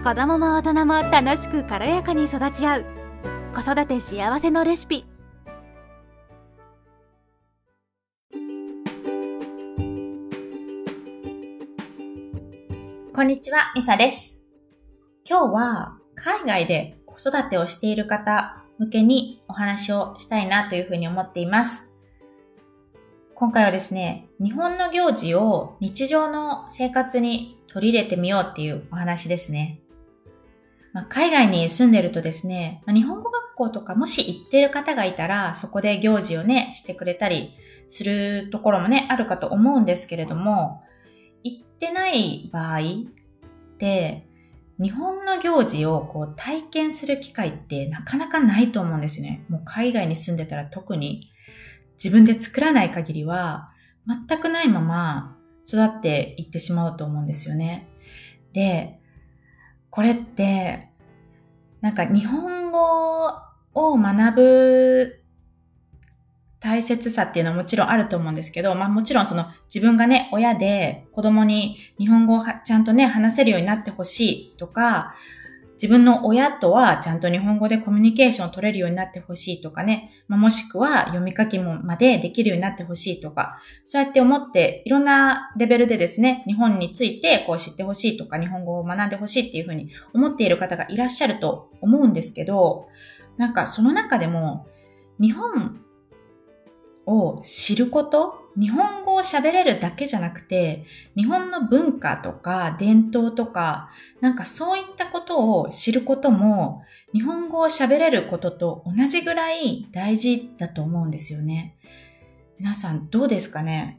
子供も大人も楽しく軽やかに育ち合う子育て幸せのレシピ。 こんにちは、みさです。今日は海外で子育てをしている方向けにお話をしたいなというふうに思っています。今回はですね、日本の行事を日常の生活に取り入れてみようっていうお話ですね。海外に住んでるとですね、日本語学校とかもし行っている方がいたら、そこで行事をね、してくれたりするところもね、あるかと思うんですけれども、行ってない場合って、日本の行事を体験する機会ってなかなかないと思うんですよね。もう海外に住んでたら特に自分で作らない限りは全くないまま育っていってしまうと思うんですよね。で、これって日本語を学ぶ大切さっていうのはもちろんあると思うんですけど、もちろん自分がね、親で子供に日本語をちゃんとね、話せるようになってほしいとか、自分の親とはちゃんと日本語でコミュニケーションを取れるようになってほしいとかね、もしくは読み書きもまでできるようになってほしいとか、そうやって思っていろんなレベルでですね、日本について知ってほしいとか、日本語を学んでほしいっていうふうに思っている方がいらっしゃると思うんですけど、その中でも日本を知ること、日本語を喋れるだけじゃなくて、日本の文化とか伝統とか、そういったことを知ることも、日本語を喋れることと同じぐらい大事だと思うんですよね。皆さんどうですかね？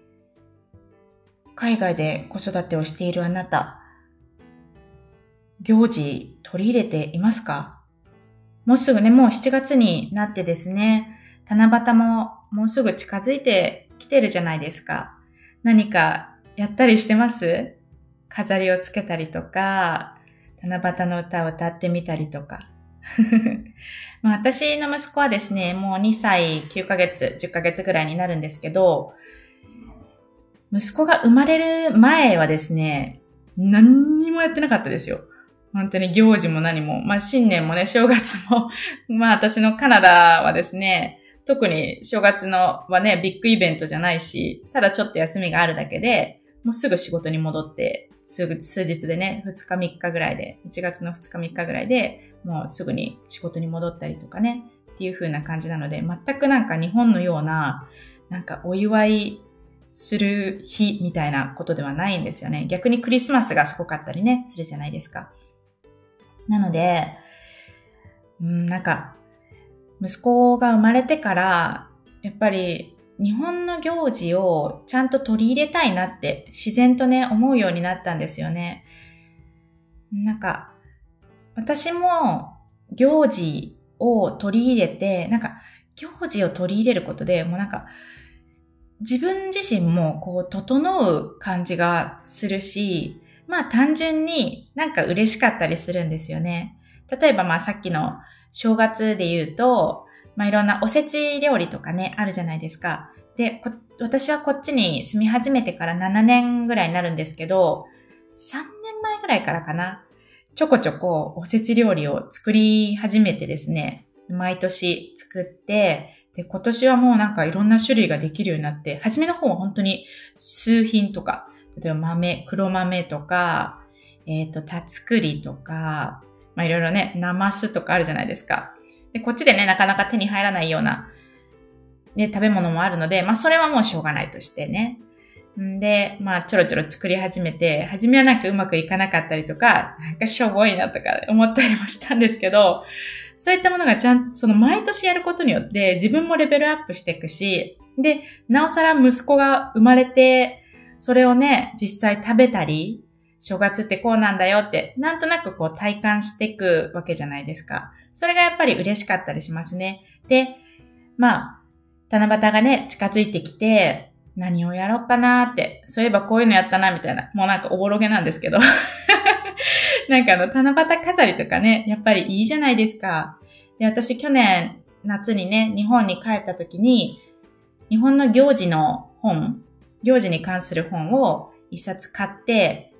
海外で子育てをしているあなた、行事取り入れていますか？もうすぐね、もう7月になってですね、七夕ももうすぐ近づいてきてるじゃないですか。何かやったりしてます？飾りをつけたりとか、七夕の歌を歌ってみたりとか。私の息子はですね、もう2歳9ヶ月、10ヶ月ぐらいになるんですけど、息子が生まれる前はですね、何にもやってなかったですよ。本当に行事も何も、新年もね、正月も、私のカナダはですね、特に正月のはね、ビッグイベントじゃないし、ただちょっと休みがあるだけで、もうすぐ仕事に戻って、数日でね、2日3日ぐらいで、1月の2日3日ぐらいで、もうすぐに仕事に戻ったりとかね、っていう風な感じなので、全く日本のような、お祝いする日みたいなことではないんですよね。逆にクリスマスがすごかったりね、するじゃないですか。なので、息子が生まれてから、やっぱり日本の行事をちゃんと取り入れたいなって自然とね、思うようになったんですよね。私も行事を取り入れて、行事を取り入れることで、もう自分自身も整う感じがするし、単純に嬉しかったりするんですよね。例えばさっきの正月で言うと、いろんなおせち料理とかね、あるじゃないですか。で、私はこっちに住み始めてから7年ぐらいになるんですけど、3年前ぐらいからかな、ちょこちょこおせち料理を作り始めてですね、毎年作って、で、今年はもういろんな種類ができるようになって、初めの方は本当に数品とか、例えば黒豆とか、田作りとか、いろいろね、ナマスとかあるじゃないですか。で、こっちでね、なかなか手に入らないような、ね、食べ物もあるので、それはもうしょうがないとしてね。で、ちょろちょろ作り始めて、初めはうまくいかなかったりとか、しょぼいなとか思ったりもしたんですけど、そういったものが毎年やることによって自分もレベルアップしていくし、で、なおさら息子が生まれて、それをね、実際食べたり、正月ってこうなんだよって、なんとなく体感していくわけじゃないですか。それがやっぱり嬉しかったりしますね。で、七夕がね、近づいてきて、何をやろうかなって、そういえばこういうのやったな、みたいな。もうおぼろげなんですけど。七夕飾りとかね、やっぱりいいじゃないですか。で、私去年夏にね、日本に帰った時に、日本の行事に関する本を一冊買って、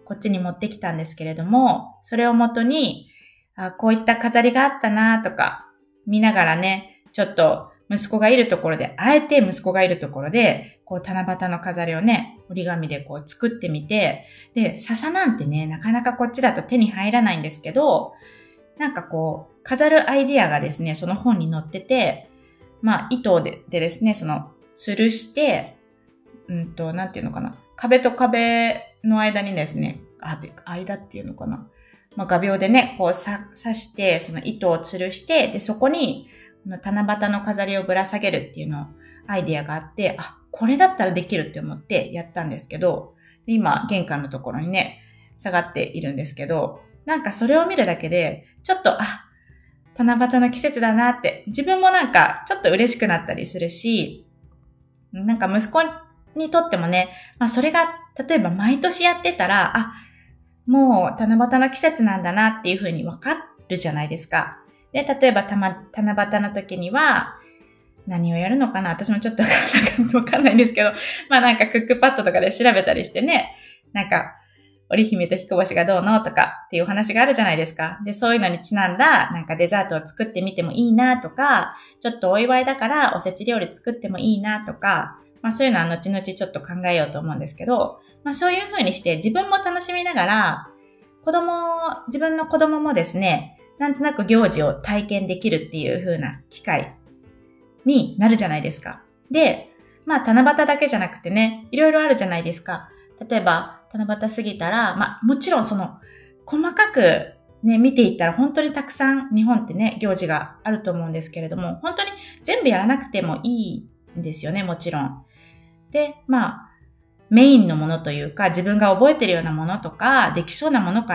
こっちに持ってきたんですけれども、それをもとに、こういった飾りがあったなとか、見ながらね、ちょっと息子がいるところで、あえて息子がいるところで、こう七夕の飾りをね、折り紙でこう作ってみて、で、笹なんてね、なかなかこっちだと手に入らないんですけど、なんかこう、飾るアイディアがですね、その本に載ってて、糸でですね、吊るして、なんていうのかな。壁と壁の間にですね、間っていうのかな。画鋲でね、こう刺して、その糸を吊るして、で、そこに、七夕の飾りをぶら下げるっていうのアイディアがあって、これだったらできるって思ってやったんですけど、今、玄関のところにね、下がっているんですけど、なんかそれを見るだけで、ちょっと、七夕の季節だなって、自分もなんかちょっと嬉しくなったりするし、なんか息子にとってもね、それが例えば毎年やってたら、もう七夕の季節なんだなっていう風にわかるじゃないですか。で、例えば七夕の時には何をやるのかな、私もちょっとわかんないんですけど、なんかクックパッドとかで調べたりしてね、なんか織姫と彦星がどうのとかっていうお話があるじゃないですか。で、そういうのにちなんだなんかデザートを作ってみてもいいなとか、ちょっとお祝いだからおせち料理作ってもいいなとか、そういうのは後々ちょっと考えようと思うんですけど、そういう風にして自分も楽しみながら、自分の子供もですね、なんとなく行事を体験できるっていう風な機会になるじゃないですか。で、七夕だけじゃなくてね、いろいろあるじゃないですか。例えば、七夕過ぎたら、もちろん細かくね、見ていったら本当にたくさん日本ってね、行事があると思うんですけれども、本当に全部やらなくてもいいんですよね、もちろん。で、メインのものというか、自分が覚えてるようなものとか、できそうなものから、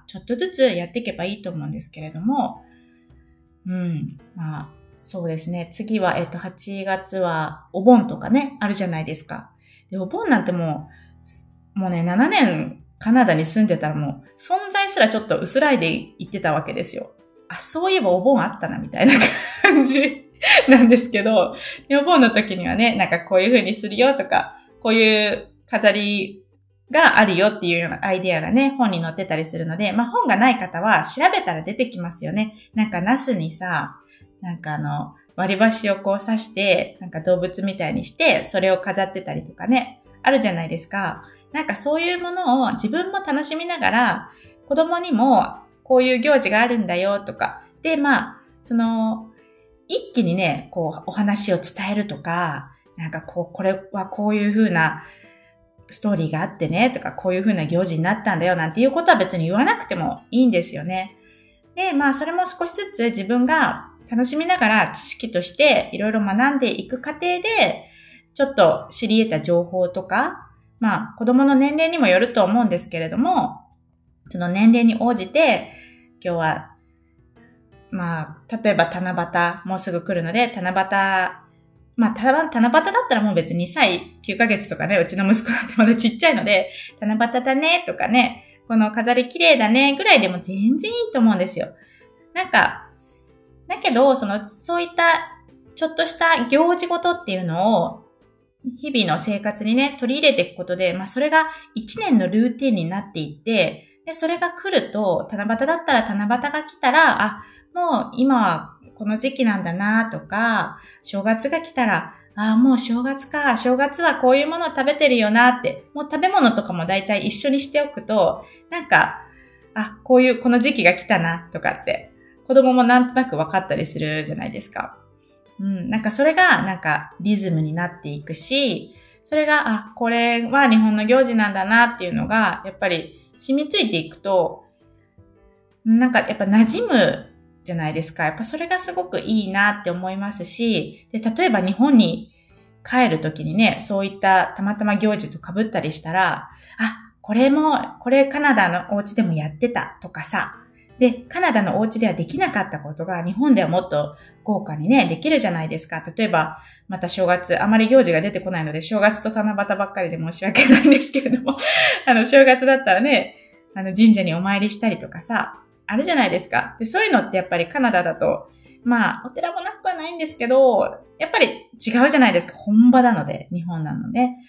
ちょっとずつやっていけばいいと思うんですけれども、そうですね。次は、8月はお盆とかね、あるじゃないですか。で、お盆なんてもうね、7年カナダに住んでたらもう、存在すらちょっと薄らいで言ってたわけですよ。そういえばお盆あったな、みたいな感じなんですけど、お盆の時にはね、なんかこういう風にするよとか、こういう飾りがあるよっていうようなアイディアがね、本に載ってたりするので、本がない方は調べたら出てきますよね。なんかナスにさ、なんか割り箸をこう刺して、なんか動物みたいにして、それを飾ってたりとかね、あるじゃないですか。なんかそういうものを自分も楽しみながら、子供にもこういう行事があるんだよとか、で、一気にね、こうお話を伝えるとか、なんかこれはこういう風なストーリーがあってね、とか、こういう風な行事になったんだよ、なんていうことは別に言わなくてもいいんですよね。で、それも少しずつ自分が楽しみながら知識としていろいろ学んでいく過程で、ちょっと知り得た情報とか、子供の年齢にもよると思うんですけれども、その年齢に応じて、今日は、例えば七夕、もうすぐ来るので、七夕だったらもう別に2歳9ヶ月とかね、うちの息子だってまだちっちゃいので、七夕だねとかね、この飾り綺麗だねぐらいでも全然いいと思うんですよ。なんか、だけど、そういったちょっとした行事ごとっていうのを、日々の生活にね、取り入れていくことで、それが1年のルーティンになっていって、で、それが来ると、七夕だったら七夕が来たら、もう今はこの時期なんだなとか、正月が来たら、もう正月か、正月はこういうものを食べてるよなって、もう食べ物とかもだいたい一緒にしておくと、なんか、この時期が来たなとかって、子供もなんとなく分かったりするじゃないですか。なんかそれがなんかリズムになっていくし、それが、これは日本の行事なんだなっていうのが、やっぱり染みついていくと、なんかやっぱ馴染むじゃないですか。やっぱそれがすごくいいなって思いますし、で、例えば日本に帰るときにね、そういったたまたま行事と被ったりしたら、これカナダのお家でもやってたとかさ、で、カナダのお家ではできなかったことが日本ではもっと豪華にね、できるじゃないですか。例えば、また正月、あまり行事が出てこないので、正月と七夕ばっかりで申し訳ないんですけれども、正月だったらね、神社にお参りしたりとかさ、あるじゃないですか。で、そういうのってやっぱりカナダだと、お寺もなくはないんですけど、やっぱり違うじゃないですか。本場なので、日本なので。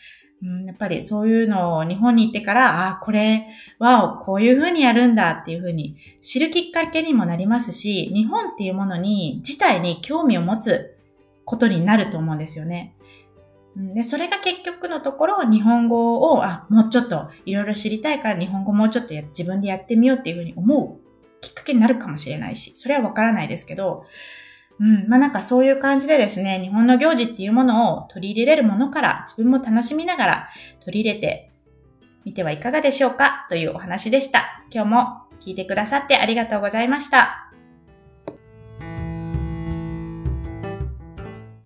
やっぱりそういうのを日本に行ってから、これはこういう風にやるんだっていう風に知るきっかけにもなりますし、日本っていうもの自体に興味を持つことになると思うんですよね。で、それが結局のところ、日本語を、もうちょっといろいろ知りたいから日本語もうちょっと自分でやってみようっていう風に思うきっかけになるかもしれないし、それはわからないですけど、なんかそういう感じでですね、日本の行事っていうものを取り入れれるものから自分も楽しみながら取り入れてみてはいかがでしょうかというお話でした。今日も聞いてくださってありがとうございました。